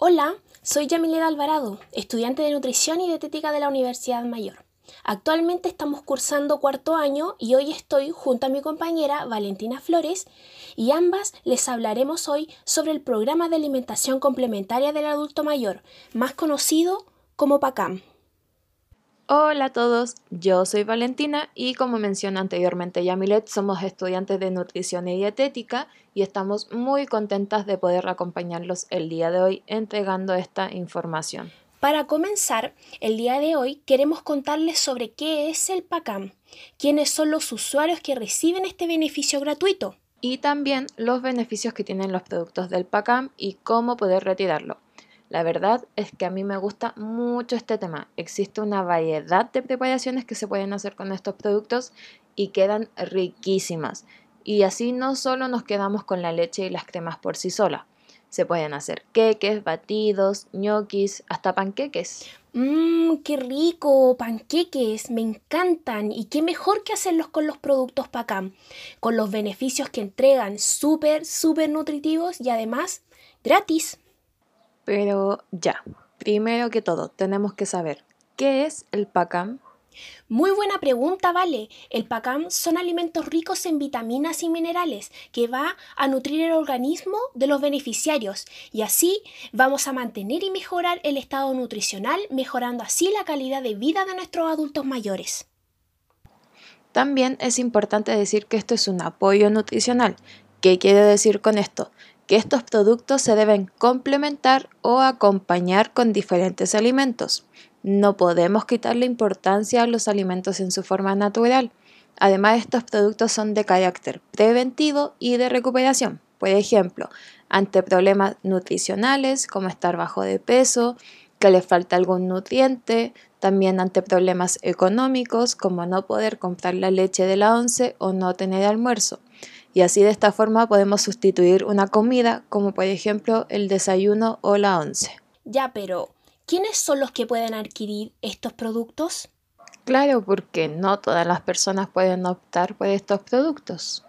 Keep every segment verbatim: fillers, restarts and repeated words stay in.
Hola, soy Yamileda Alvarado, estudiante de Nutrición y Dietética de la Universidad Mayor. Actualmente estamos cursando cuarto año y hoy estoy junto a mi compañera Valentina Flores y ambas les hablaremos hoy sobre el Programa de Alimentación Complementaria del Adulto Mayor, más conocido como PACAM. Hola a todos, yo soy Valentina y como mencionó anteriormente Yamilet, somos estudiantes de Nutrición y Dietética y estamos muy contentas de poder acompañarlos el día de hoy entregando esta información. Para comenzar, el día de hoy queremos contarles sobre qué es el PACAM, quiénes son los usuarios que reciben este beneficio gratuito. Y también los beneficios que tienen los productos del PACAM y cómo poder retirarlo. La verdad es que a mí me gusta mucho este tema. Existe una variedad de preparaciones que se pueden hacer con estos productos y quedan riquísimas. Y así no solo nos quedamos con la leche y las cremas por sí solas. Se pueden hacer queques, batidos, ñoquis, hasta panqueques. Mmm, qué rico, panqueques, me encantan. Y qué mejor que hacerlos con los productos PACAM, con los beneficios que entregan súper, súper nutritivos y además gratis. Pero ya, primero que todo, tenemos que saber qué es el PACAM. Muy buena pregunta, Vale. El PACAM son alimentos ricos en vitaminas y minerales que va a nutrir el organismo de los beneficiarios y así vamos a mantener y mejorar el estado nutricional, mejorando así la calidad de vida de nuestros adultos mayores. También es importante decir que esto es un apoyo nutricional. ¿Qué quiere decir con esto? Que estos productos se deben complementar o acompañar con diferentes alimentos. No podemos quitarle importancia a los alimentos en su forma natural. Además, estos productos son de carácter preventivo y de recuperación. Por ejemplo, ante problemas nutricionales como estar bajo de peso, que le falta algún nutriente, también ante problemas económicos como no poder comprar la leche de la once o no tener almuerzo. Y así de esta forma podemos sustituir una comida como por ejemplo el desayuno o la once. Ya, pero ¿quiénes son los que pueden adquirir estos productos? Claro, porque no todas las personas pueden optar por estos productos.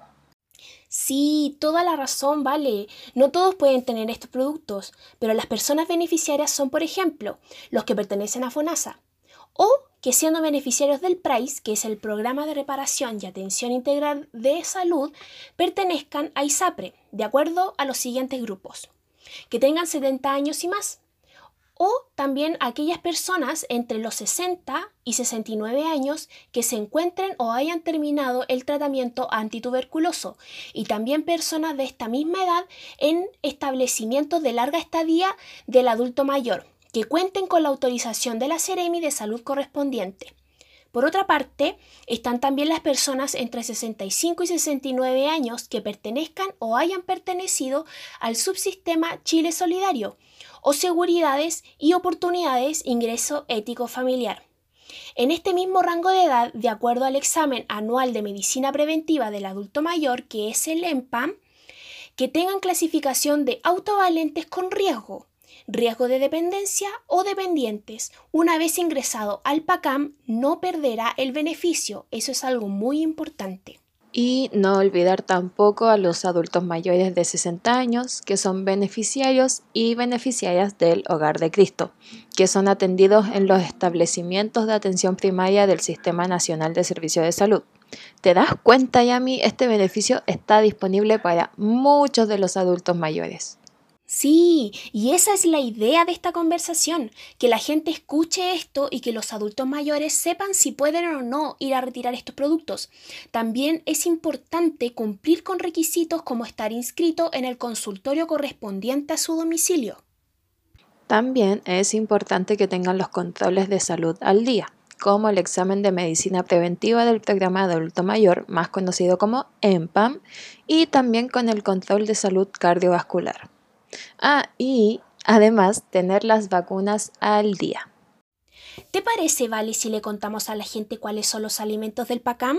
Sí, toda la razón, vale. No todos pueden tener estos productos, pero las personas beneficiarias son, por ejemplo, los que pertenecen a FONASA o que siendo beneficiarios del PRAIS, que es el Programa de Reparación y Atención Integral de Salud, pertenezcan a ISAPRE, de acuerdo a los siguientes grupos. Que tengan setenta años y más, o también aquellas personas entre los sesenta y sesenta y nueve años que se encuentren o hayan terminado el tratamiento antituberculoso y también personas de esta misma edad en establecimientos de larga estadía del adulto mayor que cuenten con la autorización de la Seremi de salud correspondiente. Por otra parte, están también las personas entre sesenta y cinco y sesenta y nueve años que pertenezcan o hayan pertenecido al subsistema Chile Solidario o Seguridades y Oportunidades Ingreso Ético Familiar. En este mismo rango de edad, de acuerdo al examen anual de medicina preventiva del adulto mayor, que es el EMPAM, que tengan clasificación de autovalentes con riesgo, riesgo de dependencia o dependientes. Una vez ingresado al PACAM, no perderá el beneficio. Eso es algo muy importante. Y no olvidar tampoco a los adultos mayores de sesenta años, que son beneficiarios y beneficiarias del Hogar de Cristo, que son atendidos en los establecimientos de atención primaria del Sistema Nacional de Servicios de Salud. ¿Te das cuenta, Yami? Este beneficio está disponible para muchos de los adultos mayores. Sí, y esa es la idea de esta conversación, que la gente escuche esto y que los adultos mayores sepan si pueden o no ir a retirar estos productos. También es importante cumplir con requisitos como estar inscrito en el consultorio correspondiente a su domicilio. También es importante que tengan los controles de salud al día, como el examen de medicina preventiva del programa de adulto mayor, más conocido como EMPAM, y también con el control de salud cardiovascular. Ah, y además tener las vacunas al día. ¿Te parece, Vale, si le contamos a la gente cuáles son los alimentos del PACAM?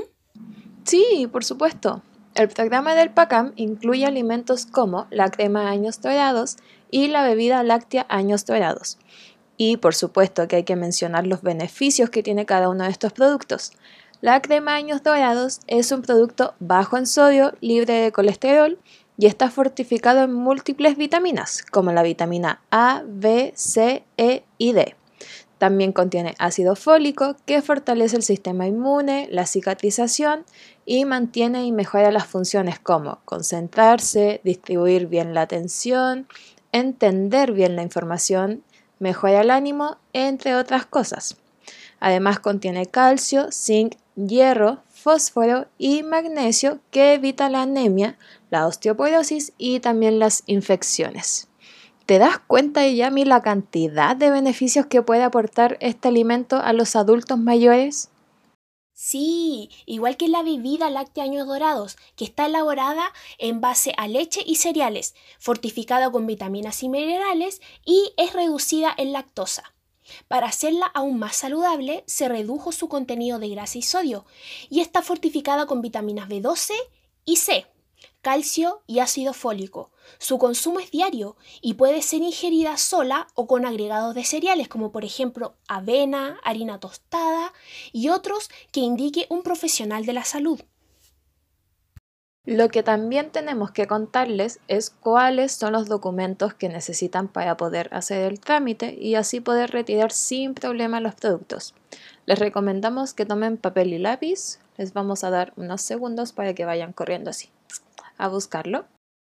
Sí, por supuesto. El programa del PACAM incluye alimentos como la crema Años Dorados y la bebida láctea Años Dorados. Y por supuesto que hay que mencionar los beneficios que tiene cada uno de estos productos. La crema Años Dorados es un producto bajo en sodio, libre de colesterol y está fortificado en múltiples vitaminas, como la vitamina A, B, C, E y D. También contiene ácido fólico que fortalece el sistema inmune, la cicatrización y mantiene y mejora las funciones como concentrarse, distribuir bien la atención, entender bien la información, mejora el ánimo, entre otras cosas. Además contiene calcio, zinc, hierro, fósforo y magnesio que evita la anemia, la osteoporosis y también las infecciones. ¿Te das cuenta, Yami, la cantidad de beneficios que puede aportar este alimento a los adultos mayores? Sí, igual que la bebida láctea Años Dorados, que está elaborada en base a leche y cereales, fortificada con vitaminas y minerales y es reducida en lactosa. Para hacerla aún más saludable, se redujo su contenido de grasa y sodio y está fortificada con vitaminas B doce y C, calcio y ácido fólico. Su consumo es diario y puede ser ingerida sola o con agregados de cereales como por ejemplo avena, harina tostada y otros que indique un profesional de la salud. Lo que también tenemos que contarles es cuáles son los documentos que necesitan para poder hacer el trámite y así poder retirar sin problema los productos. Les recomendamos que tomen papel y lápiz. Les vamos a dar unos segundos para que vayan corriendo así a buscarlo.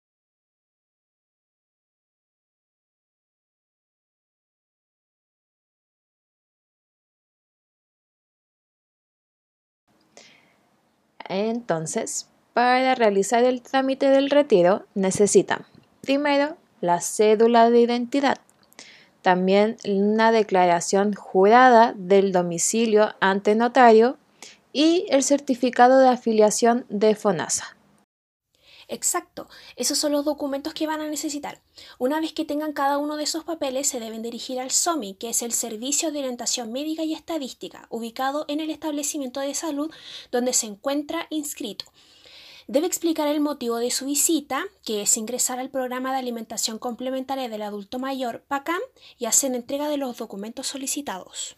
Entonces, para realizar el trámite del retiro necesitan primero la cédula de identidad, también una declaración jurada del domicilio ante notario y el certificado de afiliación de FONASA. Exacto, esos son los documentos que van a necesitar. Una vez que tengan cada uno de esos papeles, se deben dirigir al S O M I, que es el Servicio de Orientación Médica y Estadística, ubicado en el establecimiento de salud donde se encuentra inscrito. Debe explicar el motivo de su visita, que es ingresar al programa de alimentación complementaria del adulto mayor, PACAM, y hacer entrega de los documentos solicitados.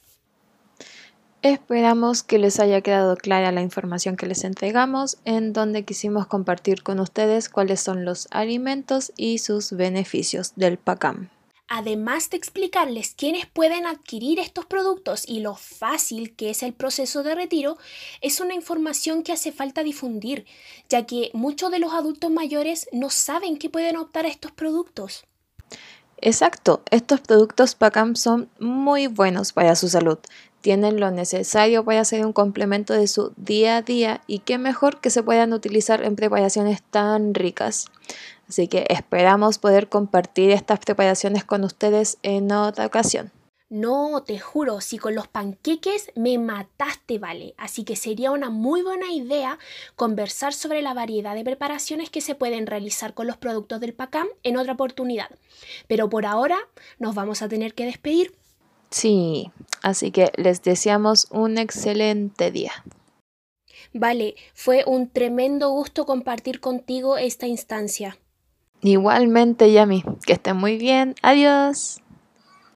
Esperamos que les haya quedado clara la información que les entregamos, en donde quisimos compartir con ustedes cuáles son los alimentos y sus beneficios del PACAM. Además de explicarles quiénes pueden adquirir estos productos y lo fácil que es el proceso de retiro, es una información que hace falta difundir, ya que muchos de los adultos mayores no saben que pueden optar a estos productos. Exacto, estos productos PACAM son muy buenos para su salud. Tienen lo necesario para hacer un complemento de su día a día y qué mejor que se puedan utilizar en preparaciones tan ricas. Así que esperamos poder compartir estas preparaciones con ustedes en otra ocasión. No, te juro, si con los panqueques me mataste, vale. Así que sería una muy buena idea conversar sobre la variedad de preparaciones que se pueden realizar con los productos del PACAM en otra oportunidad. Pero por ahora nos vamos a tener que despedir. Sí, así que les deseamos un excelente día. Vale, fue un tremendo gusto compartir contigo esta instancia. Igualmente, Yami, que estén muy bien. Adiós.